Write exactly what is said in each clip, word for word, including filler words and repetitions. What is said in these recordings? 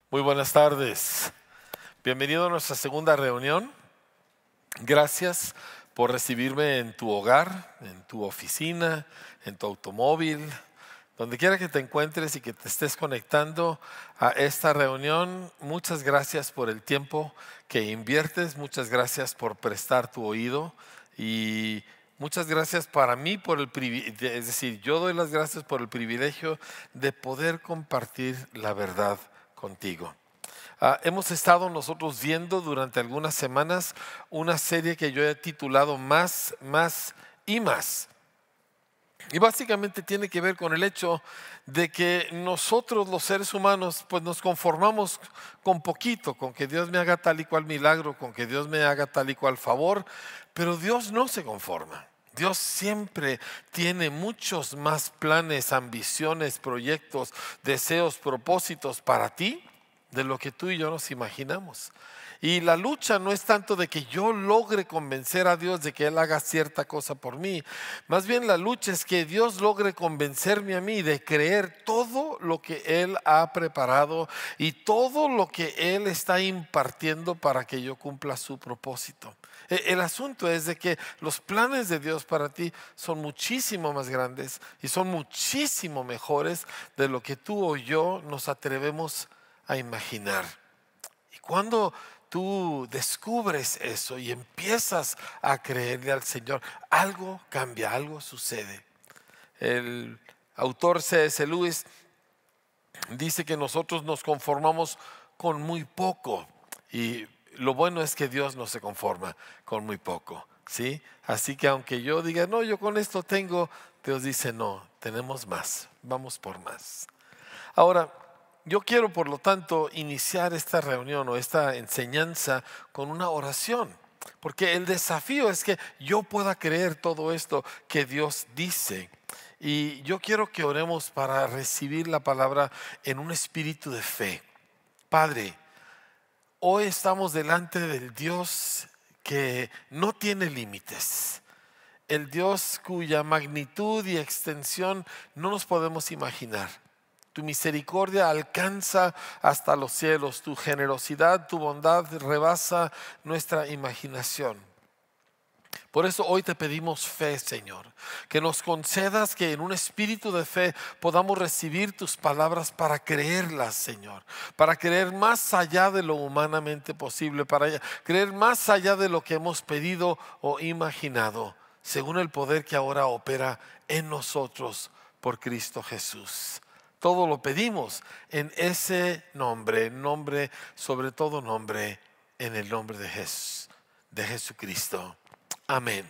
Muy buenas tardes. Bienvenido a nuestra segunda reunión. Gracias por recibirme en tu hogar, en tu oficina, en tu automóvil, donde quiera que te encuentres y que te estés conectando a esta reunión. Muchas gracias por el tiempo que inviertes, muchas gracias por prestar tu oído y muchas gracias para mí por el privilegio, es decir, yo doy las gracias por el privilegio de poder compartir la verdad contigo. Uh, hemos estado nosotros viendo durante algunas semanas una serie que yo he titulado Más, Más y Más. Y básicamente tiene que ver con el hecho de que nosotros los seres humanos pues nos conformamos con poquito, con que Dios me haga tal y cual milagro, con que Dios me haga tal y cual favor, pero Dios no se conforma. Dios siempre tiene muchos más planes, ambiciones, proyectos, deseos, propósitos para ti de lo que tú y yo nos imaginamos. Y la lucha no es tanto de que yo logre convencer a Dios de que Él haga cierta cosa por mí. Más bien la lucha es que Dios logre convencerme a mí de creer todo lo que Él ha preparado y todo lo que Él está impartiendo para que yo cumpla su propósito. El asunto es de que los planes de Dios para ti son muchísimo más grandes y son muchísimo mejores de lo que tú o yo nos atrevemos a imaginar. Y cuando tú descubres eso y empiezas a creerle al Señor, algo cambia, algo sucede. El autor C S Lewis dice que nosotros nos conformamos con muy poco y lo bueno es que Dios no se conforma con muy poco, ¿sí? Así que aunque yo diga, no, yo con esto tengo, Dios dice, no, tenemos más, vamos por más. Ahora, yo quiero, por lo tanto, iniciar esta reunión o esta enseñanza con una oración, porque el desafío es que yo pueda creer todo esto que Dios dice. Y yo quiero que oremos para recibir la palabra en un espíritu de fe. Padre, hoy estamos delante del Dios que no tiene límites, el Dios cuya magnitud y extensión no nos podemos imaginar. Tu misericordia alcanza hasta los cielos, tu generosidad, tu bondad rebasa nuestra imaginación. Por eso hoy te pedimos fe, Señor, que nos concedas que en un espíritu de fe podamos recibir tus palabras para creerlas, Señor, para creer más allá de lo humanamente posible, para creer más allá de lo que hemos pedido o imaginado, según el poder que ahora opera en nosotros por Cristo Jesús. Todo lo pedimos en ese nombre, nombre sobre todo nombre, en el nombre de Jesús, de Jesucristo. Amén.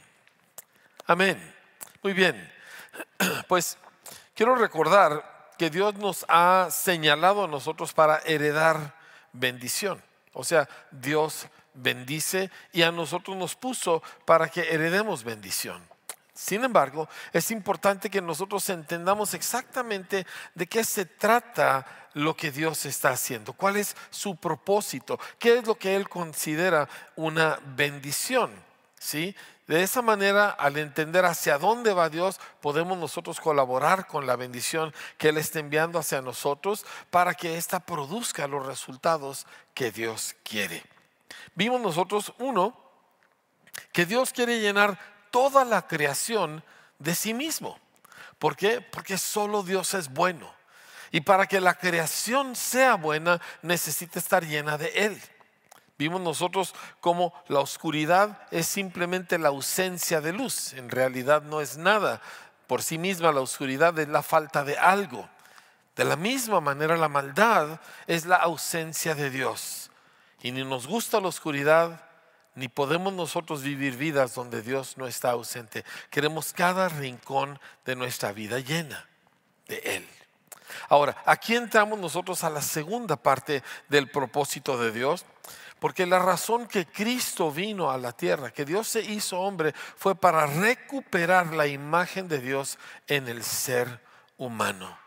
Amén. Muy bien. Pues quiero recordar que Dios nos ha señalado a nosotros para heredar bendición. O sea, Dios bendice y a nosotros nos puso para que heredemos bendición. Sin embargo, es importante que nosotros entendamos exactamente de qué se trata lo que Dios está haciendo, cuál es su propósito, qué es lo que Él considera una bendición, ¿sí? De esa manera, al entender hacia dónde va Dios, podemos nosotros colaborar con la bendición que Él está enviando hacia nosotros para que ésta produzca los resultados que Dios quiere. Vimos nosotros, uno, que Dios quiere llenar toda la creación de sí mismo. ¿Por qué? Porque solo Dios es bueno. Y para que la creación sea buena, necesita estar llena de Él. Vimos nosotros cómo la oscuridad es simplemente la ausencia de luz. En realidad no es nada. Por sí misma la oscuridad es la falta de algo. De la misma manera la maldad es la ausencia de Dios. Y ni nos gusta la oscuridad, ni podemos nosotros vivir vidas donde Dios no está ausente. Queremos cada rincón de nuestra vida llena de Él. Ahora, aquí entramos nosotros a la segunda parte del propósito de Dios, porque la razón que Cristo vino a la tierra, que Dios se hizo hombre, fue para recuperar la imagen de Dios en el ser humano.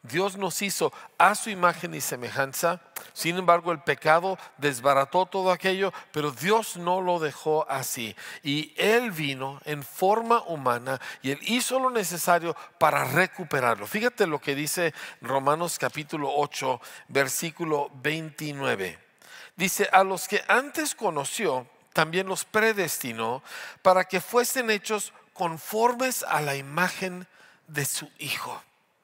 Dios nos hizo a su imagen y semejanza. Sin embargo, el pecado desbarató todo aquello, pero Dios no lo dejó así. Y Él vino en forma humana y Él hizo lo necesario para recuperarlo. Fíjate lo que dice Romanos capítulo ocho, versículo veintinueve. Dice: a los que antes conoció, también los predestinó para que fuesen hechos conformes a la imagen de su Hijo.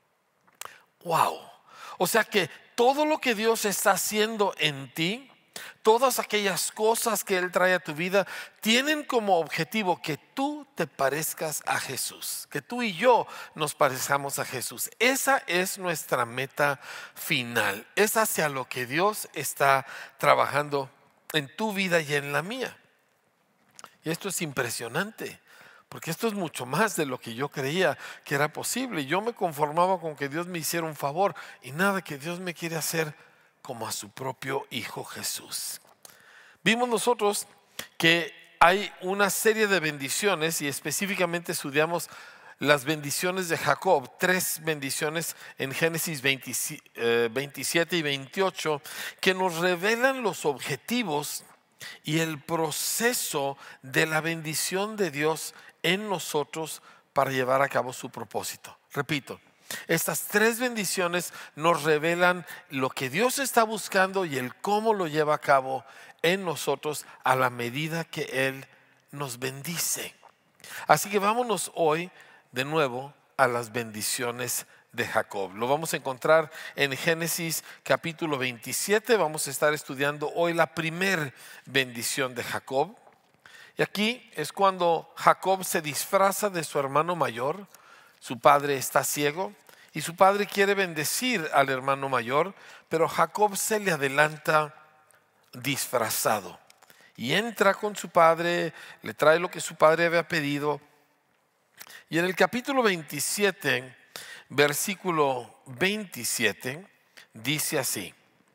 Wow. O sea que todo lo que Dios está haciendo en ti, todas aquellas cosas que Él trae a tu vida, tienen como objetivo que tú te parezcas a Jesús, que tú y yo nos parezcamos a Jesús. Esa es nuestra meta final. Es hacia lo que Dios está trabajando en tu vida y en la mía. Y esto es impresionante, porque esto es mucho más de lo que yo creía que era posible. Yo me conformaba con que Dios me hiciera un favor y nada, que Dios me quiere hacer como a su propio Hijo Jesús. Vimos nosotros que hay una serie de bendiciones y específicamente estudiamos las bendiciones de Jacob, tres bendiciones en Génesis veintisiete y veintiocho que nos revelan los objetivos y el proceso de la bendición de Dios en nosotros para llevar a cabo su propósito. Repito, estas tres bendiciones nos revelan lo que Dios está buscando y el cómo lo lleva a cabo en nosotros a la medida que Él nos bendice. Así que vámonos hoy de nuevo a las bendiciones de Jacob. Lo vamos a encontrar en Génesis capítulo veintisiete. Vamos a estar estudiando hoy la primer bendición de Jacob. Y aquí es cuando Jacob se disfraza de su hermano mayor. Su padre está ciego y su padre quiere bendecir al hermano mayor, pero Jacob se le adelanta disfrazado y entra con su padre, le trae lo que su padre había pedido. Y en el capítulo veintisiete, versículo veintisiete, dice así.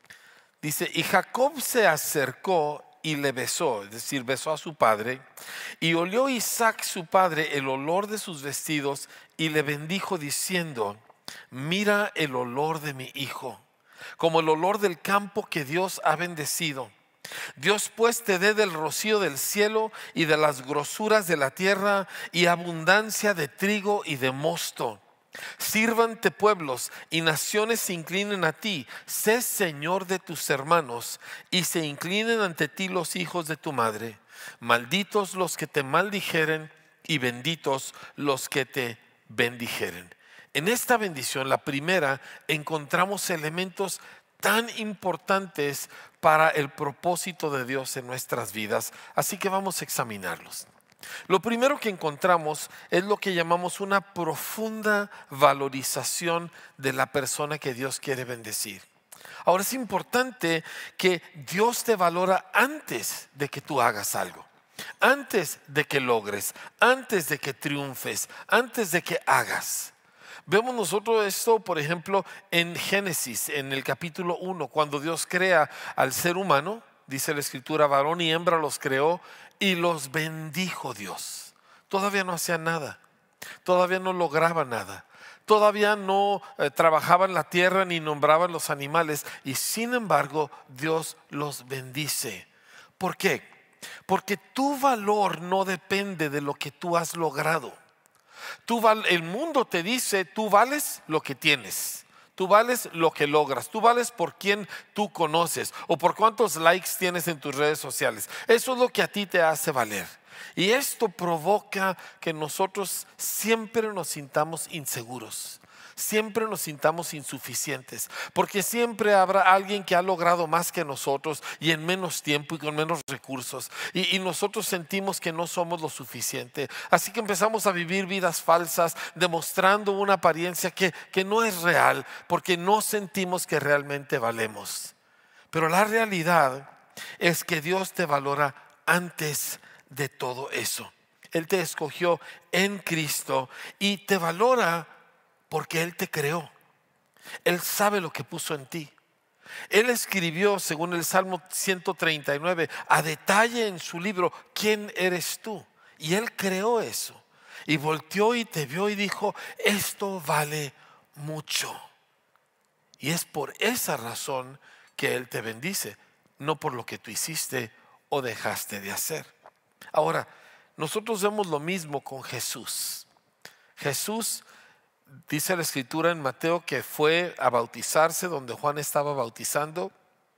Dice: y Jacob se acercó y le besó, es decir, besó a su padre, y olió Isaac su padre el olor de sus vestidos y le bendijo diciendo: mira el olor de mi hijo, como el olor del campo que Dios ha bendecido. Dios pues te dé del rocío del cielo y de las grosuras de la tierra y abundancia de trigo y de mosto. Sírvante pueblos y naciones se inclinen a ti. Sé señor de tus hermanos y se inclinen ante ti los hijos de tu madre. Malditos los que te maldijeren y benditos los que te bendijeren. En esta bendición, la primera, encontramos elementos tan importantes para el propósito de Dios en nuestras vidas. Así que vamos a examinarlos. Lo primero que encontramos es lo que llamamos una profunda valorización de la persona que Dios quiere bendecir. Ahora, es importante que Dios te valora antes de que tú hagas algo, antes de que logres, antes de que triunfes, antes de que hagas. Vemos nosotros esto, por ejemplo, en Génesis, en el capítulo uno, cuando Dios crea al ser humano. Dice la escritura: varón y hembra los creó y los bendijo Dios. Todavía no hacían nada, todavía no lograban nada, todavía no eh, trabajaban la tierra ni nombraban los animales, y sin embargo Dios los bendice. ¿Por qué? Porque tu valor no depende de lo que tú has logrado. Tú val- el mundo te dice: tú vales lo que tienes, tú vales lo que logras, tú vales por quien tú conoces o por cuántos likes tienes en tus redes sociales. Eso es lo que a ti te hace valer. Y esto provoca que nosotros siempre nos sintamos inseguros, siempre nos sintamos insuficientes, porque siempre habrá alguien que ha logrado más que nosotros y en menos tiempo y con menos recursos, y, y nosotros sentimos que no somos lo suficiente. Así que empezamos a vivir vidas falsas, demostrando una apariencia que, que no es real, porque no sentimos que realmente valemos. Pero la realidad es que Dios te valora antes de todo eso. Él te escogió en Cristo y te valora porque Él te creó. Él sabe lo que puso en ti. Él escribió, según el Salmo ciento treinta y nueve, a detalle en su libro: ¿quién eres tú? Y Él creó eso. Y volteó y te vio y dijo: esto vale mucho. Y es por esa razón que Él te bendice, no por lo que tú hiciste o dejaste de hacer. Ahora, nosotros vemos lo mismo con Jesús. Jesús, dice la Escritura en Mateo, que fue a bautizarse donde Juan estaba bautizando.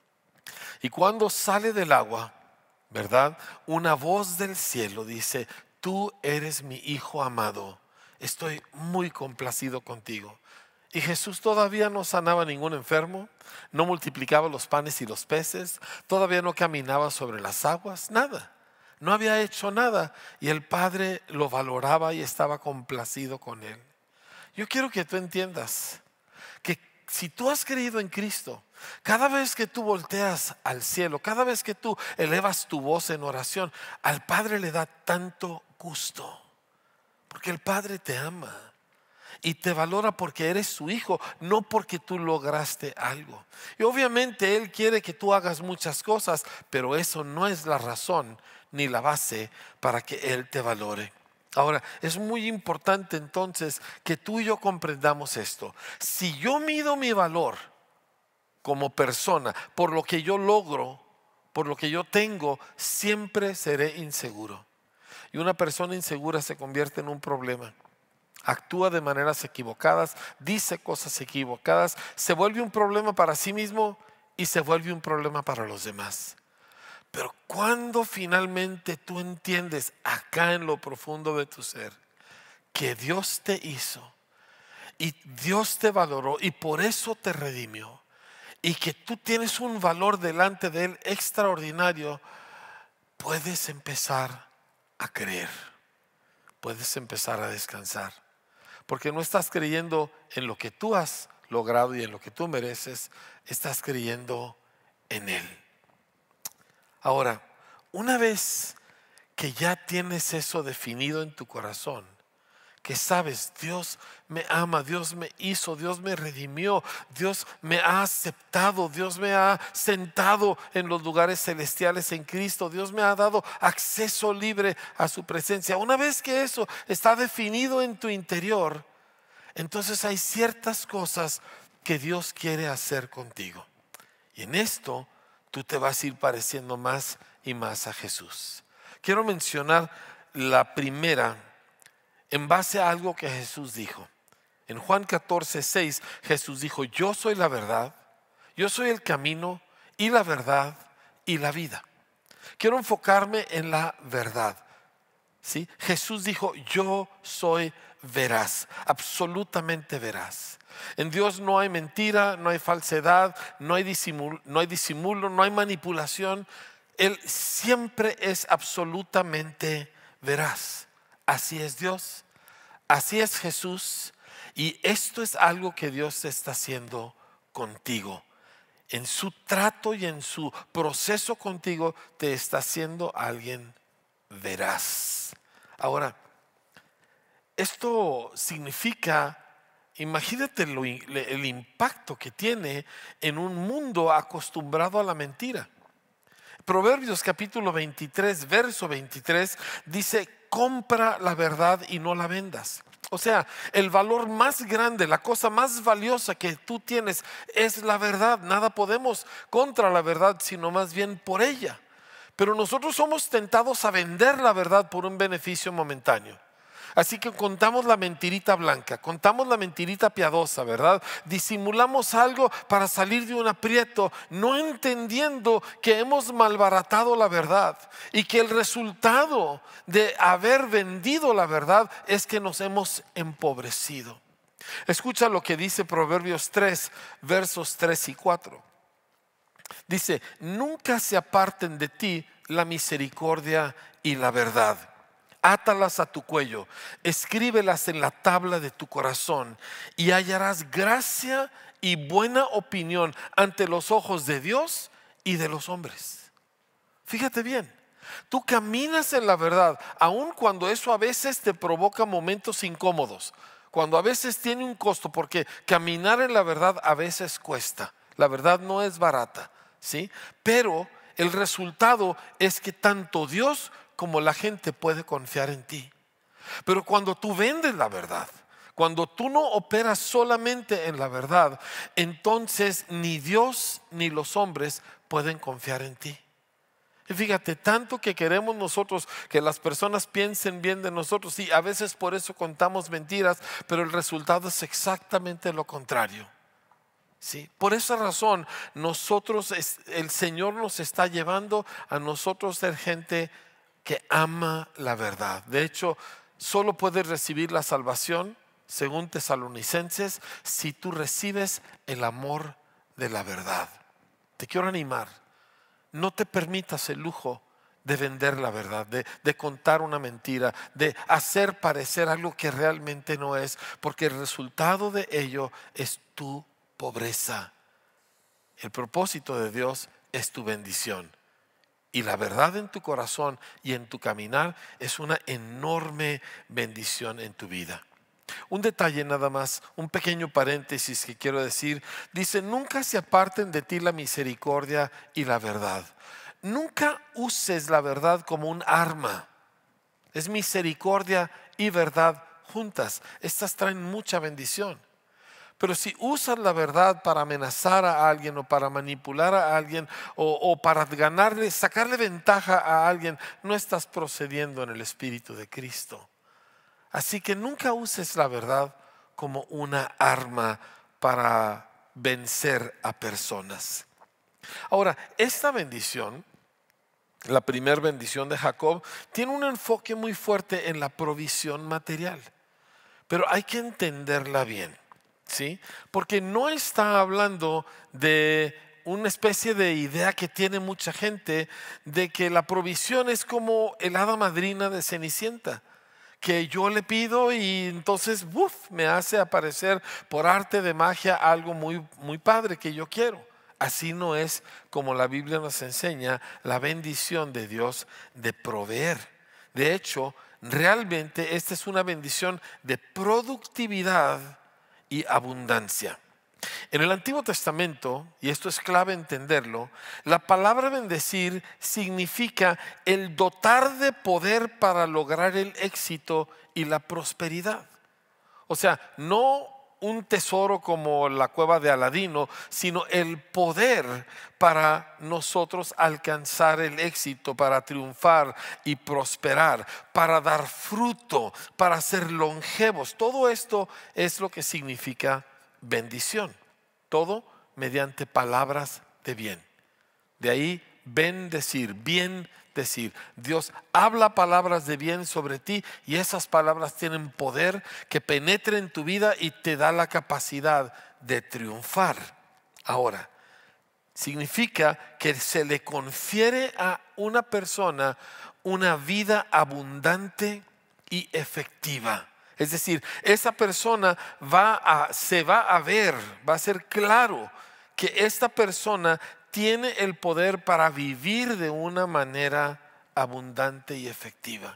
Y cuando sale del agua, ¿verdad? Una voz del cielo dice: tú eres mi hijo amado, estoy muy complacido contigo. Y Jesús todavía no sanaba a ningún enfermo, no multiplicaba los panes y los peces, todavía no caminaba sobre las aguas, nada. No había hecho nada y el Padre lo valoraba y estaba complacido con él. Yo quiero que tú entiendas que si tú has creído en Cristo, cada vez que tú volteas al cielo, cada vez que tú elevas tu voz en oración, al Padre le da tanto gusto, porque el Padre te ama y te valora porque eres su hijo, no porque tú lograste algo. Y obviamente Él quiere que tú hagas muchas cosas, pero eso no es la razón ni la base para que Él te valore. Ahora, es muy importante entonces que tú y yo comprendamos esto. Si yo mido mi valor como persona por lo que yo logro, por lo que yo tengo, siempre seré inseguro. Y una persona insegura se convierte en un problema. Actúa de maneras equivocadas, dice cosas equivocadas, se vuelve un problema para sí mismo y se vuelve un problema para los demás. Pero cuando finalmente tú entiendes acá en lo profundo de tu ser que Dios te hizo y Dios te valoró y por eso te redimió y que tú tienes un valor delante de Él extraordinario, puedes empezar a creer, puedes empezar a descansar, porque no estás creyendo en lo que tú has logrado y en lo que tú mereces, estás creyendo en Él. Ahora, una vez que ya tienes eso definido en tu corazón, que sabes, Dios me ama, Dios me hizo, Dios me redimió, Dios me ha aceptado, Dios me ha sentado en los lugares celestiales en Cristo, Dios me ha dado acceso libre a su presencia. Una vez que eso está definido en tu interior, entonces hay ciertas cosas que Dios quiere hacer contigo. Y en esto tú te vas a ir pareciendo más y más a Jesús. Quiero mencionar la primera en base a algo que Jesús dijo. En Juan catorce, seis, Jesús dijo: yo soy la verdad, yo soy el camino y la verdad y la vida. Quiero enfocarme en la verdad. ¿Sí? Jesús dijo: yo soy veraz, absolutamente veraz. En Dios no hay mentira, no hay falsedad, no hay disimulo, no hay, disimulo, no hay manipulación. Él siempre es absolutamente veraz. Así es Dios, así es Jesús, y esto es algo que Dios está haciendo contigo. En su trato y en su proceso contigo te está haciendo alguien veraz. Ahora, esto significa, imagínate lo, el impacto que tiene en un mundo acostumbrado a la mentira. Proverbios capítulo veintitrés, verso veintitrés dice: compra la verdad y no la vendas. O sea, el valor más grande, la cosa más valiosa que tú tienes es la verdad. Nada podemos contra la verdad, sino más bien por ella. Pero nosotros somos tentados a vender la verdad por un beneficio momentáneo. Así que contamos la mentirita blanca, contamos la mentirita piadosa, ¿verdad? Disimulamos algo para salir de un aprieto, no entendiendo que hemos malbaratado la verdad y que el resultado de haber vendido la verdad es que nos hemos empobrecido. Escucha lo que dice Proverbios tres, versos tres y cuatro. Dice: nunca se aparten de ti la misericordia y la verdad. Átalas a tu cuello, escríbelas en la tabla de tu corazón, y hallarás gracia y buena opinión ante los ojos de Dios y de los hombres. Fíjate bien, tú caminas en la verdad, aun cuando eso a veces te provoca momentos incómodos, cuando a veces tiene un costo, porque caminar en la verdad a veces cuesta. La verdad no es barata, ¿sí? Pero el resultado es que tanto Dios como la gente puede confiar en ti. Pero cuando tú vendes la verdad, cuando tú no operas solamente en la verdad, entonces ni Dios ni los hombres pueden confiar en ti. Y fíjate, tanto que queremos nosotros que las personas piensen bien de nosotros, y a veces por eso contamos mentiras, pero el resultado es exactamente lo contrario. ¿Sí? Por esa razón nosotros, el Señor nos está llevando a nosotros ser gente que ama la verdad. De hecho, solo puedes recibir la salvación, según Tesalonicenses, si tú recibes el amor de la verdad. Te quiero animar. No te permitas el lujo de vender la verdad, de, de contar una mentira, de hacer parecer algo que realmente no es, porque el resultado de ello es tu pobreza. El propósito de Dios es tu bendición. Y la verdad en tu corazón y en tu caminar es una enorme bendición en tu vida. Un detalle nada más, un pequeño paréntesis que quiero decir. Dice, nunca se aparten de ti la misericordia y la verdad. Nunca uses la verdad como un arma. Es misericordia y verdad juntas. Estas traen mucha bendición. Pero si usas la verdad para amenazar a alguien o para manipular a alguien o, o para ganarle, sacarle ventaja a alguien, no estás procediendo en el Espíritu de Cristo. Así que nunca uses la verdad como una arma para vencer a personas. Ahora, esta bendición, la primera bendición de Jacob, tiene un enfoque muy fuerte en la provisión material. Pero hay que entenderla bien, ¿sí? Porque no está hablando de una especie de idea que tiene mucha gente de que la provisión es como el hada madrina de Cenicienta, que yo le pido y entonces uf, me hace aparecer por arte de magia algo muy, muy padre que yo quiero. Así no es como la Biblia nos enseña la bendición de Dios de proveer. De hecho, realmente esta es una bendición de productividad y abundancia. En el Antiguo Testamento, y esto es clave entenderlo, la palabra bendecir significa el dotar de poder para lograr el éxito y la prosperidad. O sea, no un tesoro como la cueva de Aladino, sino el poder para nosotros alcanzar el éxito, para triunfar y prosperar, para dar fruto, para ser longevos. Todo esto es lo que significa bendición. Todo mediante palabras de bien. De ahí bendecir, bien decir. Dios habla palabras de bien sobre ti y esas palabras tienen poder que penetre en tu vida y te da la capacidad de triunfar. Ahora, significa que se le confiere a una persona una vida abundante y efectiva. Es decir, esa persona va a, se va a ver, va a ser claro que esta persona tiene el poder para vivir de una manera abundante y efectiva.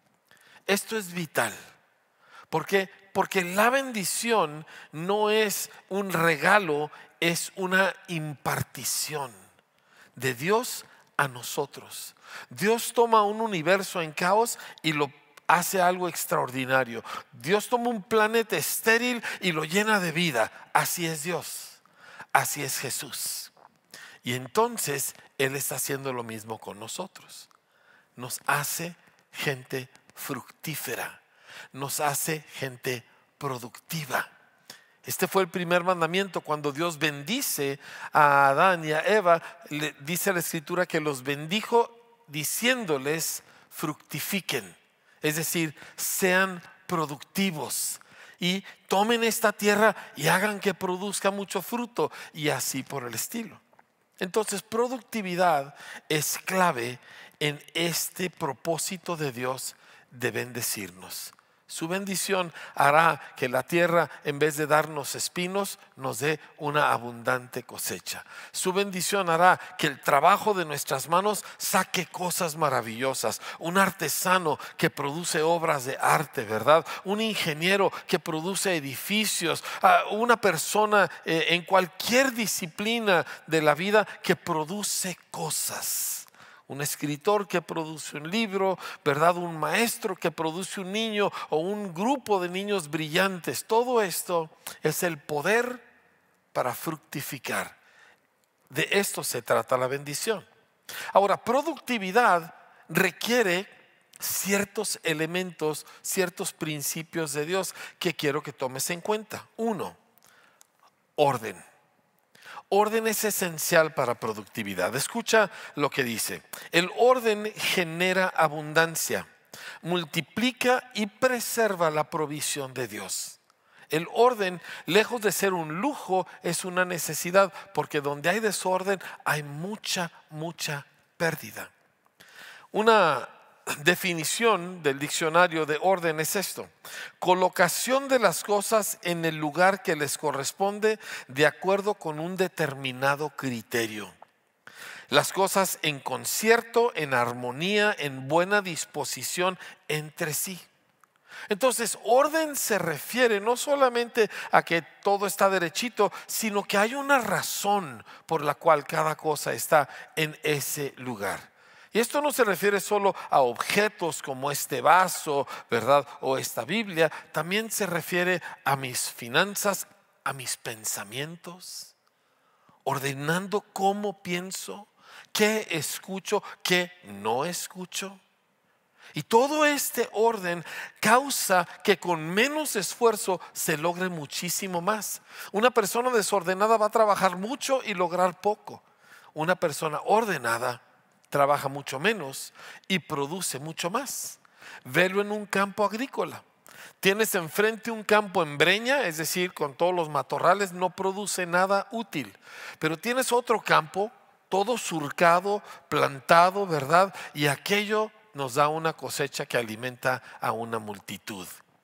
Esto es vital. ¿Por qué? Porque la bendición no es un regalo, es una impartición de Dios a nosotros. Dios toma un universo en caos y lo hace algo extraordinario. Dios toma un planeta estéril y lo llena de vida. Así es Dios. Así es Jesús. Y entonces Él está haciendo lo mismo con nosotros. Nos hace gente fructífera. Nos hace gente productiva. Este fue el primer mandamiento. Cuando Dios bendice a Adán y a Eva, le dice la Escritura que los bendijo diciéndoles fructifiquen. Es decir, sean productivos y tomen esta tierra y hagan que produzca mucho fruto y así por el estilo. Entonces, productividad es clave en este propósito de Dios de bendecirnos. Su bendición hará que la tierra, en vez de darnos espinos, nos dé una abundante cosecha. Su bendición hará que el trabajo de nuestras manos saque cosas maravillosas. Un artesano que produce obras de arte, ¿verdad? Un ingeniero que produce edificios. Una persona en cualquier disciplina de la vida que produce cosas. un escritor que produce un libro, ¿verdad? Un maestro que produce un niño o un grupo de niños brillantes. Todo esto es el poder para fructificar. De esto se trata la bendición. Ahora, productividad requiere ciertos elementos, ciertos principios de Dios que quiero que tomes en cuenta. Uno, orden. Orden es esencial para productividad. Escucha lo que dice. El orden genera abundancia, multiplica y preserva la provisión de Dios. El orden, lejos de ser un lujo, es una necesidad, porque donde hay desorden hay mucha, mucha pérdida. Una definición del diccionario de orden es esto: colocación de las cosas en el lugar que les corresponde de acuerdo con un determinado criterio. Las cosas en concierto, en armonía, en buena disposición entre sí. Entonces, orden se refiere no solamente a que todo está derechito, sino que hay una razón por la cual cada cosa está en ese lugar. Y esto no se refiere solo a objetos como este vaso, ¿verdad? O esta Biblia. También se refiere a mis finanzas, a mis pensamientos, ordenando cómo pienso, qué escucho, qué no escucho. Y todo este orden causa que con menos esfuerzo se logre muchísimo más. Una persona desordenada va a trabajar mucho y lograr poco. Una persona ordenada trabaja mucho menos y produce mucho más. Velo en un campo agrícola. Tienes enfrente un campo en breña, es decir, con todos los matorrales, no produce nada útil. Pero tienes otro campo, todo surcado, plantado, ¿verdad? Y aquello nos da una cosecha que alimenta a una multitud.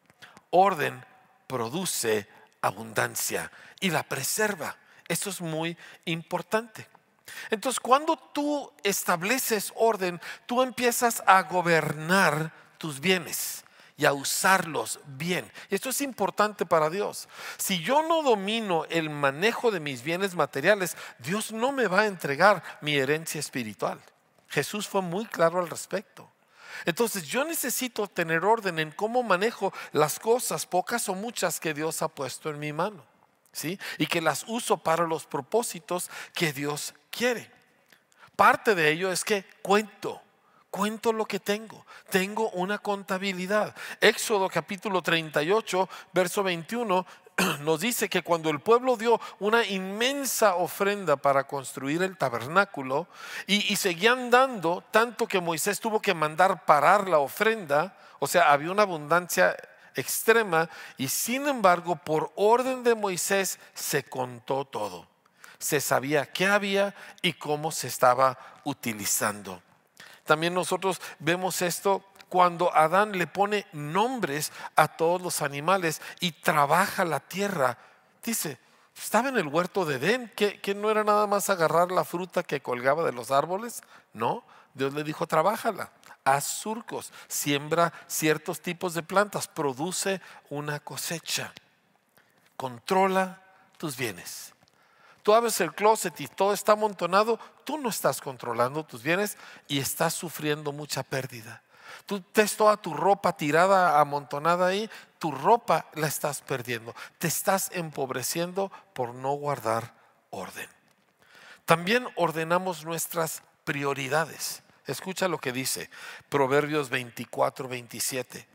Orden produce abundancia y la preserva. Esto es muy importante. Entonces, cuando tú estableces orden, tú empiezas a gobernar tus bienes y a usarlos bien. Esto es importante para Dios. Si yo no domino el manejo de mis bienes materiales, Dios no me va a entregar mi herencia espiritual. Jesús fue muy claro al respecto. Entonces yo necesito tener orden en cómo manejo las cosas, pocas o muchas, que Dios ha puesto en mi mano, ¿sí? Y que las uso para los propósitos que Dios quiere. Parte de ello es que cuento, cuento lo que tengo. Tengo una contabilidad. Éxodo capítulo treinta y ocho, verso veintiuno, nos dice que cuando el pueblo dio una inmensa ofrenda para construir el tabernáculo y, y seguían dando, tanto que Moisés tuvo que mandar parar la ofrenda, o sea, había una abundancia extrema, y sin embargo, por orden de Moisés se contó todo. Se sabía qué había y cómo se estaba utilizando. También nosotros vemos esto cuando Adán le pone nombres a todos los animales y trabaja la tierra. Dice, estaba en el huerto de Edén, que, que no era nada más agarrar la fruta que colgaba de los árboles. No, Dios le dijo, trabájala, haz surcos, siembra ciertos tipos de plantas, produce una cosecha. Controla tus bienes. Tú abres el closet y todo está amontonado, tú no estás controlando tus bienes y estás sufriendo mucha pérdida. Tú ves toda tu ropa tirada, amontonada ahí, tu ropa la estás perdiendo. Te estás empobreciendo por no guardar orden. También ordenamos nuestras prioridades. Escucha lo que dice Proverbios veinticuatro, veintisiete.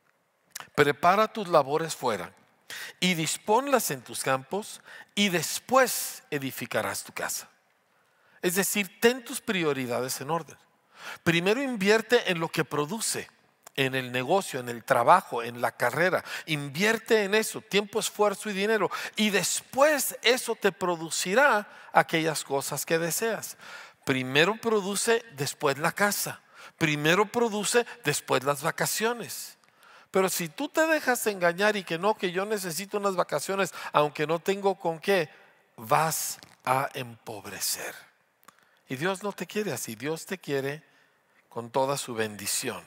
Prepara tus labores fuera y disponlas en tus campos, y después edificarás tu casa. Es decir, ten tus prioridades en orden. Primero invierte en lo que produce, en el negocio, en el trabajo, en la carrera. Invierte en eso, tiempo, esfuerzo y dinero. Y después eso te producirá aquellas cosas que deseas. Primero produce, después la casa. Primero produce, después las vacaciones. Pero si tú te dejas engañar y que no, que yo necesito unas vacaciones, aunque no tengo con qué, vas a empobrecer. Y Dios no te quiere así, Dios te quiere con toda su bendición.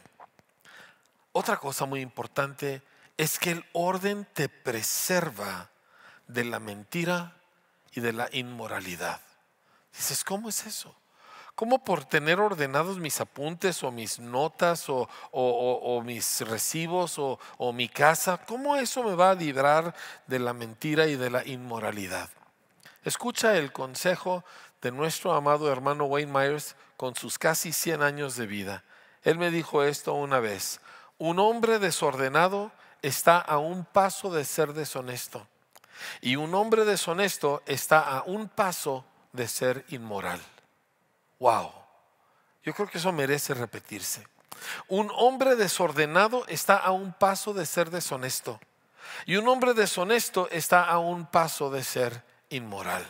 Otra cosa muy importante es que el orden te preserva de la mentira y de la inmoralidad. Dices, ¿cómo es eso? ¿Cómo por tener ordenados mis apuntes o mis notas o, o- o- o mis recibos o, o mi casa? ¿Cómo eso me va a librar de la mentira y de la inmoralidad? Escucha el consejo de nuestro amado hermano Wayne Myers con sus casi cien años de vida. Él me dijo esto una vez: un hombre desordenado está a un paso de ser deshonesto, y un hombre deshonesto está a un paso de ser inmoral. Wow, yo creo que eso merece repetirse. Un hombre desordenado está a un paso de ser deshonesto, y un hombre deshonesto está a un paso de ser inmoral.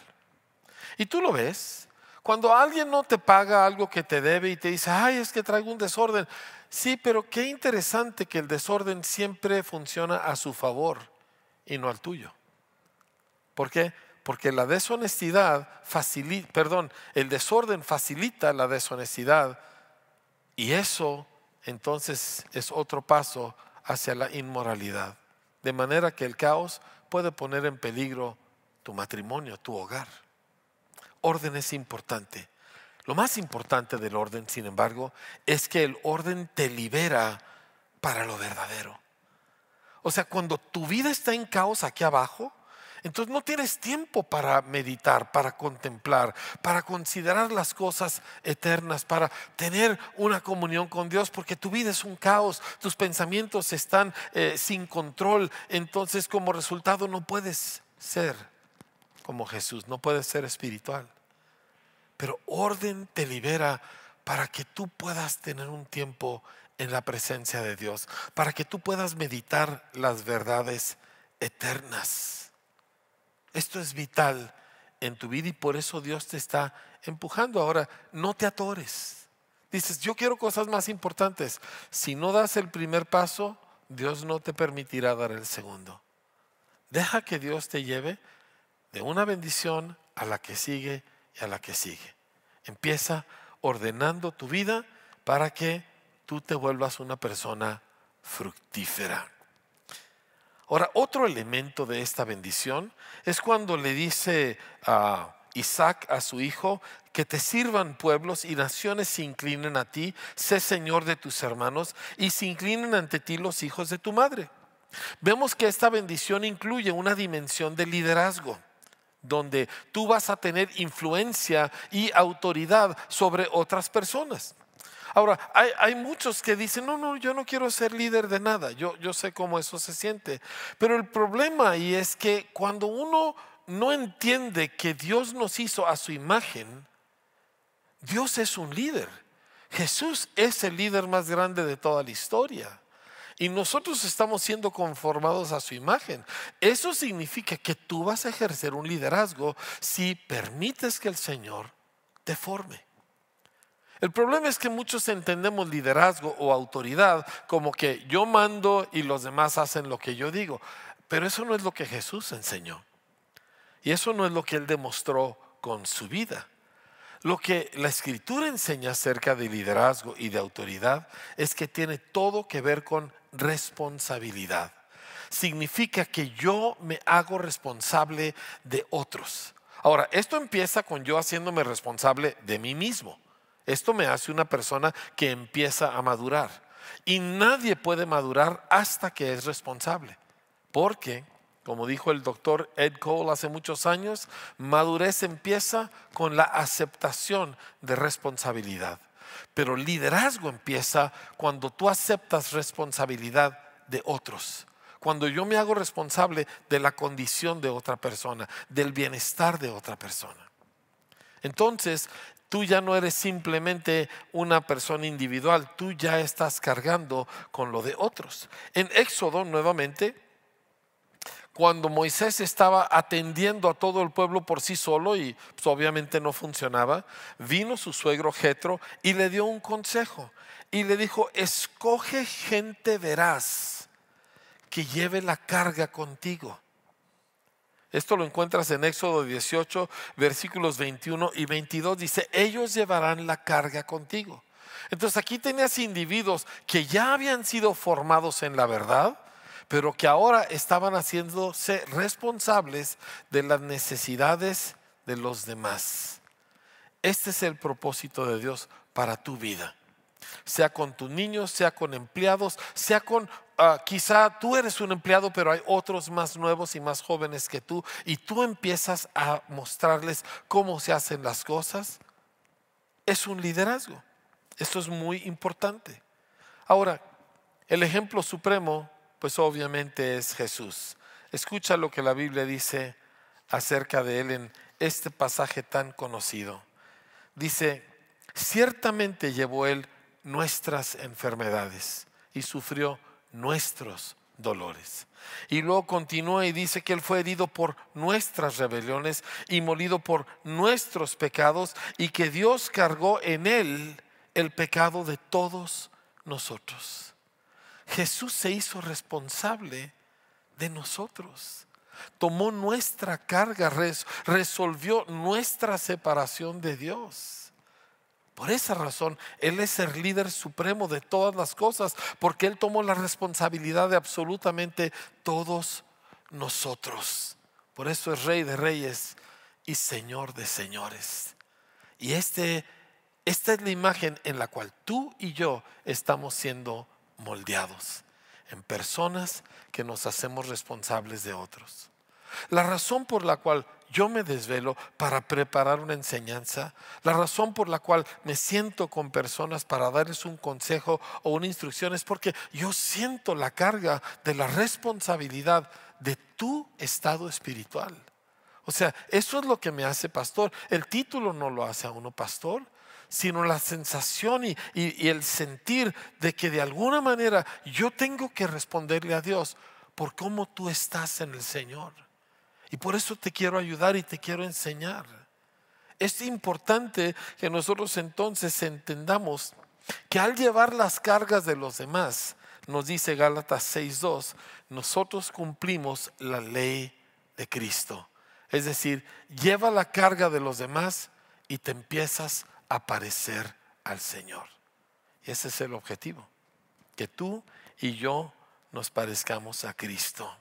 Y tú lo ves. Cuando alguien no te paga algo que te debe y te dice: ay, es que traigo un desorden. Sí, pero qué interesante que el desorden siempre funciona a su favor y no al tuyo. ¿Por qué? Porque la deshonestidad facilita, perdón, el desorden facilita la deshonestidad, y eso entonces es otro paso hacia la inmoralidad. De manera que el caos puede poner en peligro tu matrimonio, tu hogar. Orden es importante. Lo más importante del orden, sin embargo, es que el orden te libera para lo verdadero. O sea, cuando tu vida está en caos aquí abajo, entonces no tienes tiempo para meditar, para contemplar, para considerar las cosas eternas, para tener una comunión con Dios, porque tu vida es un caos, tus pensamientos están eh, sin control. Entonces, como resultado, no puedes ser como Jesús, no puedes ser espiritual. Pero orden te libera para que tú puedas tener un tiempo en la presencia de Dios, para que tú puedas meditar las verdades eternas. Esto es vital en tu vida, y por eso Dios te está empujando. Ahora, no te atores. Dices: yo quiero cosas más importantes. Si no das el primer paso, Dios no te permitirá dar el segundo. Deja que Dios te lleve de una bendición a la que sigue y a la que sigue. Empieza ordenando tu vida para que tú te vuelvas una persona fructífera. Ahora, otro elemento de esta bendición es cuando le dice a Isaac a su hijo: que te sirvan pueblos y naciones se inclinen a ti, sé señor de tus hermanos y se inclinen ante ti los hijos de tu madre. Vemos que esta bendición incluye una dimensión de liderazgo, donde tú vas a tener influencia y autoridad sobre otras personas. Ahora, hay, hay muchos que dicen: no, no, yo no quiero ser líder de nada. Yo, yo sé cómo eso se siente. Pero el problema ahí es que cuando uno no entiende que Dios nos hizo a su imagen, Dios es un líder. Jesús es el líder más grande de toda la historia, y nosotros estamos siendo conformados a su imagen. Eso significa que tú vas a ejercer un liderazgo si permites que el Señor te forme. El problema es que muchos entendemos liderazgo o autoridad como que yo mando y los demás hacen lo que yo digo. Pero eso no es lo que Jesús enseñó, y eso no es lo que Él demostró con su vida. Lo que la Escritura enseña acerca de liderazgo y de autoridad es que tiene todo que ver con responsabilidad. Significa que yo me hago responsable de otros. Ahora, esto empieza con yo haciéndome responsable de mí mismo. Esto me hace una persona que empieza a madurar. Y nadie puede madurar hasta que es responsable. Porque, como dijo el doctor Ed Cole hace muchos años, madurez empieza con la aceptación de responsabilidad. Pero liderazgo empieza cuando tú aceptas responsabilidad de otros. Cuando yo me hago responsable de la condición de otra persona, del bienestar de otra persona. Entonces, tú ya no eres simplemente una persona individual, tú ya estás cargando con lo de otros. En Éxodo, nuevamente, cuando Moisés estaba atendiendo a todo el pueblo por sí solo y pues, obviamente no funcionaba, vino su suegro Jetro y le dio un consejo y le dijo: escoge gente veraz que lleve la carga contigo. Esto lo encuentras en Éxodo dieciocho, versículos veintiuno y veintidós. Dice: ellos llevarán la carga contigo. Entonces aquí tenías individuos que ya habían sido formados en la verdad, pero que ahora estaban haciéndose responsables de las necesidades de los demás. Este es el propósito de Dios para tu vida. Sea con tus niños, sea con empleados, sea con, uh, quizá tú eres un empleado, pero hay otros más nuevos y más jóvenes que tú, y tú empiezas a mostrarles cómo se hacen las cosas. Es un liderazgo. Esto es muy importante. Ahora, el ejemplo supremo, pues obviamente es Jesús. Escucha lo que la Biblia dice acerca de él en este pasaje tan conocido. Dice: ciertamente llevó él nuestras enfermedades y sufrió nuestros dolores. Y luego continúa y dice que él fue herido por nuestras rebeliones y molido por nuestros pecados, y que Dios cargó en él el pecado de todos nosotros. Jesús se hizo responsable de nosotros. Tomó nuestra carga, res, resolvió nuestra separación de Dios. Por esa razón, Él es el líder supremo de todas las cosas, porque Él tomó la responsabilidad de absolutamente todos nosotros. Por eso es Rey de Reyes y Señor de Señores. Y este, esta es la imagen en la cual tú y yo estamos siendo moldeados, en personas que nos hacemos responsables de otros. La razón por la cual yo me desvelo para preparar una enseñanza, la razón por la cual me siento con personas para darles un consejo o una instrucción, es porque yo siento la carga de la responsabilidad de tu estado espiritual. O sea, eso es lo que me hace pastor. El título no lo hace a uno pastor, sino la sensación y, y, y el sentir de que de alguna manera yo tengo que responderle a Dios por cómo tú estás en el Señor. Y por eso te quiero ayudar y te quiero enseñar. Es importante que nosotros entonces entendamos que al llevar las cargas de los demás, nos dice Gálatas seis dos, nosotros cumplimos la ley de Cristo. Es decir, lleva la carga de los demás y te empiezas a parecer al Señor. Y ese es el objetivo, que tú y yo nos parezcamos a Cristo.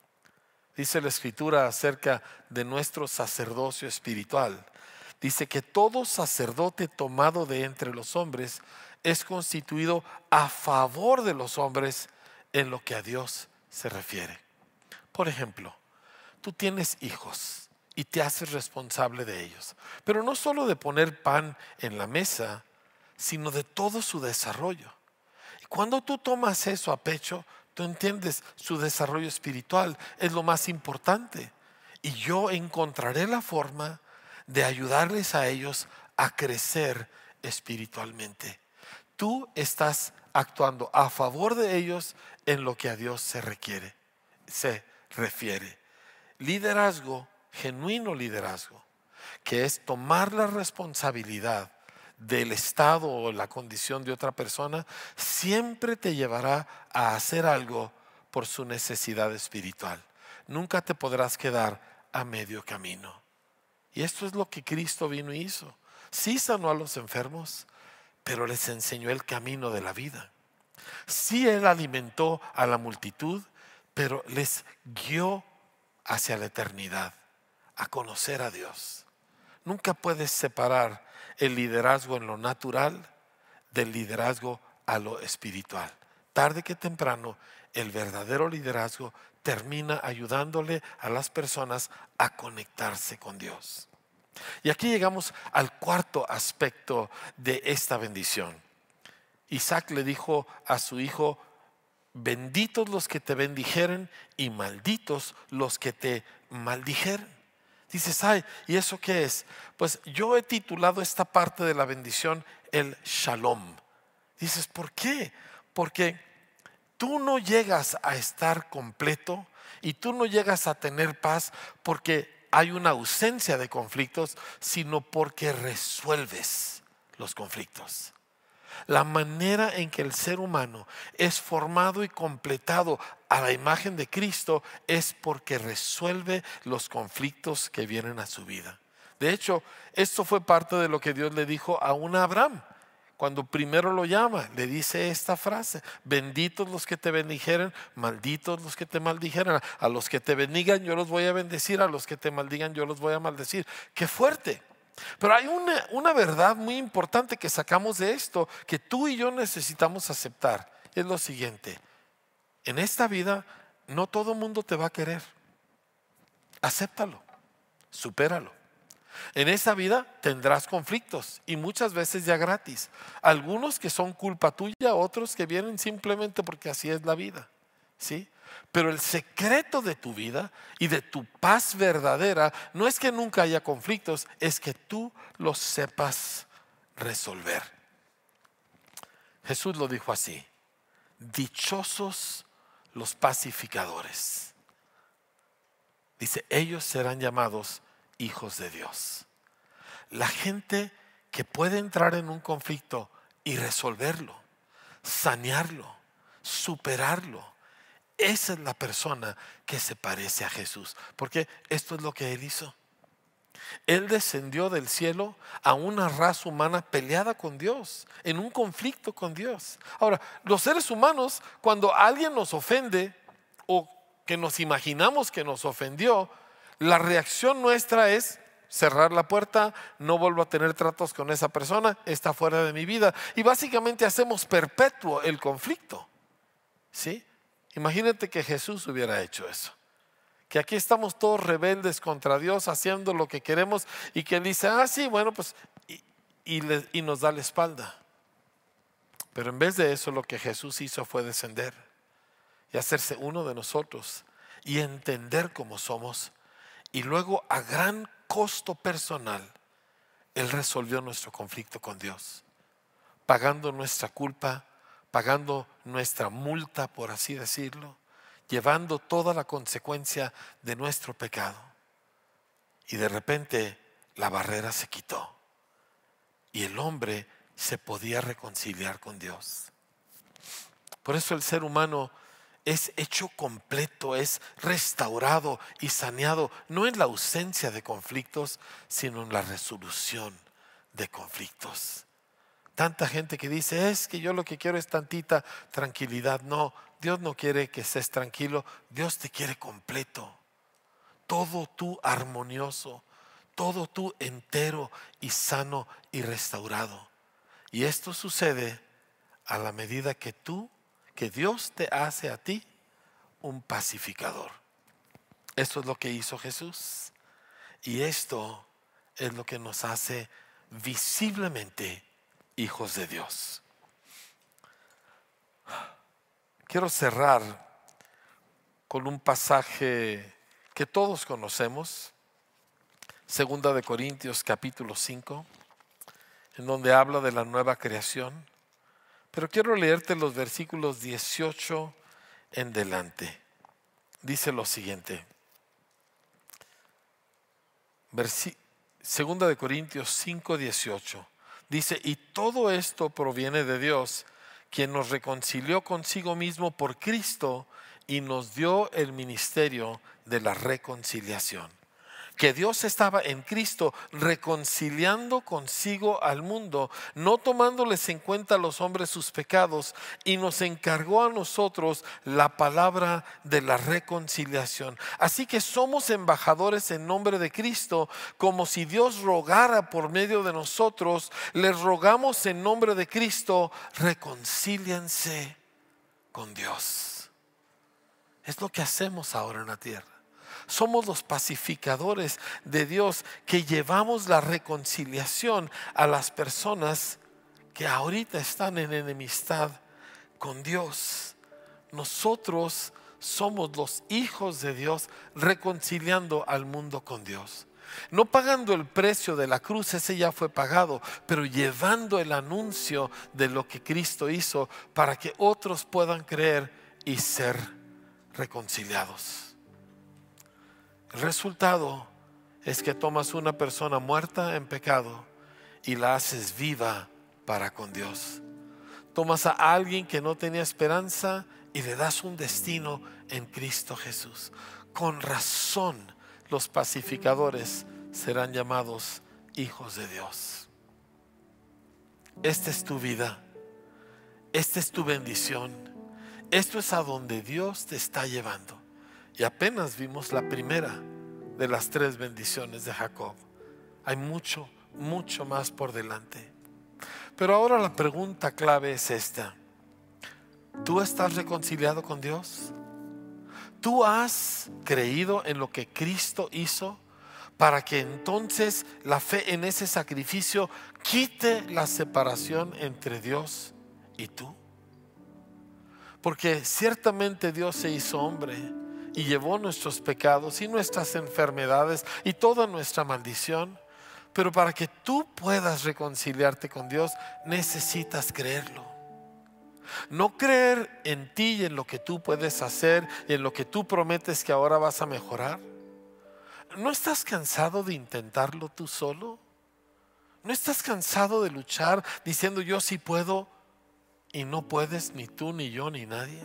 Dice la Escritura acerca de nuestro sacerdocio espiritual. Dice que todo sacerdote tomado de entre los hombres es constituido a favor de los hombres en lo que a Dios se refiere. Por ejemplo, tú tienes hijos y te haces responsable de ellos, pero no solo de poner pan en la mesa, sino de todo su desarrollo. Y cuando tú tomas eso a pecho, tú entiendes, su desarrollo espiritual es lo más importante. Y yo encontraré la forma de ayudarles a ellos a crecer espiritualmente. Tú estás actuando a favor de ellos en lo que a Dios se requiere, se refiere. Liderazgo, genuino liderazgo, que es tomar la responsabilidad del estado o la condición de otra persona, siempre te llevará a hacer algo por su necesidad espiritual. Nunca te podrás quedar a medio camino. Y esto es lo que Cristo vino y hizo. Sí sanó a los enfermos, pero les enseñó el camino de la vida. Sí, Él alimentó a la multitud, pero les guió hacia la eternidad, a conocer a Dios. Nunca puedes separar el liderazgo en lo natural del liderazgo a lo espiritual. Tarde que temprano, el verdadero liderazgo termina ayudándole a las personas a conectarse con Dios. Y aquí llegamos al cuarto aspecto de esta bendición. Isaac le dijo a su hijo: benditos los que te bendijeren y malditos los que te maldijeren. Dices, ay, ¿y eso qué es? Pues yo he titulado esta parte de la bendición el Shalom. Dices, ¿por qué? Porque tú no llegas a estar completo y tú no llegas a tener paz porque hay una ausencia de conflictos, sino porque resuelves los conflictos. La manera en que el ser humano es formado y completado a la imagen de Cristo es porque resuelve los conflictos que vienen a su vida. De hecho, esto fue parte de lo que Dios le dijo a un Abraham. Cuando primero lo llama, le dice esta frase: benditos los que te bendijeren, malditos los que te maldijeren. A los que te bendigan yo los voy a bendecir, a los que te maldigan yo los voy a maldecir. ¡Qué fuerte! Pero hay una, una verdad muy importante que sacamos de esto, que tú y yo necesitamos aceptar. Es lo siguiente: en esta vida no todo el mundo te va a querer. Acéptalo, supéralo. En esta vida tendrás conflictos, y muchas veces ya gratis. Algunos que son culpa tuya, otros que vienen simplemente porque así es la vida, ¿sí? Pero el secreto de tu vida y de tu paz verdadera no es que nunca haya conflictos, es que tú los sepas resolver. Jesús lo dijo así: dichosos los pacificadores. Dice, ellos serán llamados hijos de Dios. La gente que puede entrar en un conflicto y resolverlo, sanearlo, superarlo, esa es la persona que se parece a Jesús, porque esto es lo que Él hizo. Él descendió del cielo a una raza humana peleada con Dios, en un conflicto con Dios. Ahora, los seres humanos, cuando alguien nos ofende o que nos imaginamos que nos ofendió, la reacción nuestra es cerrar la puerta, no vuelvo a tener tratos con esa persona, está fuera de mi vida. Y básicamente hacemos perpetuo el conflicto, ¿sí? Imagínate que Jesús hubiera hecho eso, que aquí estamos todos rebeldes contra Dios, haciendo lo que queremos, y que Él dice, ah sí, bueno pues, y, y, le, y nos da la espalda. Pero en vez de eso, lo que Jesús hizo fue descender y hacerse uno de nosotros y entender cómo somos, y luego a gran costo personal Él resolvió nuestro conflicto con Dios, pagando nuestra culpa, pagando nuestra multa, por así decirlo, llevando toda la consecuencia de nuestro pecado. Y de repente la barrera se quitó y el hombre se podía reconciliar con Dios. Por eso el ser humano es hecho completo, es restaurado y saneado, no en la ausencia de conflictos, sino en la resolución de conflictos. Tanta gente que dice, es que yo lo que quiero es tantita tranquilidad. No, Dios no quiere que estés tranquilo, Dios te quiere completo. Todo tú armonioso, todo tú entero y sano y restaurado. Y esto sucede a la medida que tú, que Dios te hace a ti un pacificador. Esto es lo que hizo Jesús. Y esto es lo que nos hace visiblemente hijos de Dios. Quiero cerrar con un pasaje que todos conocemos, Segunda de Corintios capítulo cinco, en donde habla de la nueva creación. Pero quiero leerte los versículos dieciocho en delante. Dice lo siguiente. Versi- Segunda de Corintios cinco, dieciocho. Dice, y todo esto proviene de Dios, quien nos reconcilió consigo mismo por Cristo y nos dio el ministerio de la reconciliación. Que Dios estaba en Cristo reconciliando consigo al mundo, no tomándoles en cuenta a los hombres sus pecados, y nos encargó a nosotros la palabra de la reconciliación. Así que somos embajadores en nombre de Cristo, como si Dios rogara por medio de nosotros. Les rogamos en nombre de Cristo, reconcíliense con Dios. Es lo que hacemos ahora en la tierra. Somos los pacificadores de Dios, que llevamos la reconciliación a las personas que ahorita están en enemistad con Dios. Nosotros somos los hijos de Dios reconciliando al mundo con Dios. No pagando el precio de la cruz, ese ya fue pagado, pero llevando el anuncio de lo que Cristo hizo para que otros puedan creer y ser reconciliados. El resultado es que tomas una persona muerta en pecado y la haces viva para con Dios. Tomas a alguien que no tenía esperanza y le das un destino en Cristo Jesús. Con razón, los pacificadores serán llamados hijos de Dios. Esta es tu vida. Esta es tu bendición. Esto es a donde Dios te está llevando. Y apenas vimos la primera de las tres bendiciones de Jacob. Hay mucho mucho más por delante. Pero ahora la pregunta clave es esta: ¿tú estás reconciliado con Dios? ¿Tú has creído en lo que Cristo hizo para que entonces la fe en ese sacrificio quite la separación entre Dios y tú? Porque ciertamente Dios se hizo hombre y llevó nuestros pecados y nuestras enfermedades y toda nuestra maldición. Pero para que tú puedas reconciliarte con Dios, necesitas creerlo. No creer en ti y en lo que tú puedes hacer y en lo que tú prometes que ahora vas a mejorar. ¿No estás cansado de intentarlo tú solo? ¿No estás cansado de luchar diciendo yo sí puedo y no puedes ni tú ni yo ni nadie?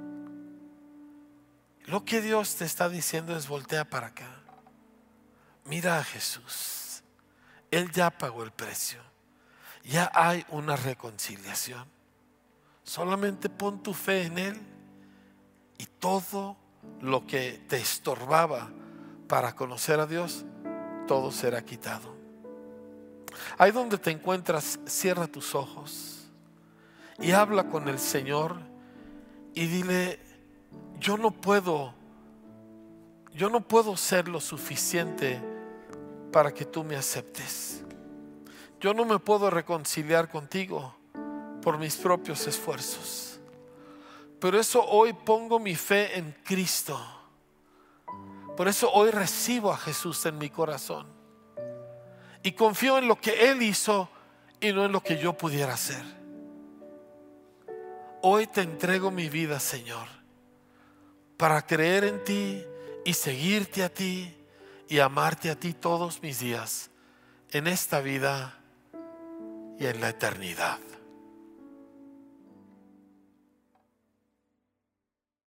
Lo que Dios te está diciendo es: voltea para acá, mira a Jesús. Él ya pagó el precio, ya hay una reconciliación. Solamente pon tu fe en Él y todo lo que te estorbaba para conocer a Dios, todo será quitado. Ahí donde te encuentras, cierra tus ojos y habla con el Señor y dile: yo no puedo, yo no puedo ser lo suficiente para que tú me aceptes. Yo no me puedo reconciliar contigo por mis propios esfuerzos. Por eso hoy pongo mi fe en Cristo. Por eso hoy recibo a Jesús en mi corazón y confío en lo que Él hizo y no en lo que yo pudiera hacer. Hoy te entrego mi vida, Señor, para creer en ti y seguirte a ti y amarte a ti todos mis días, en esta vida y en la eternidad.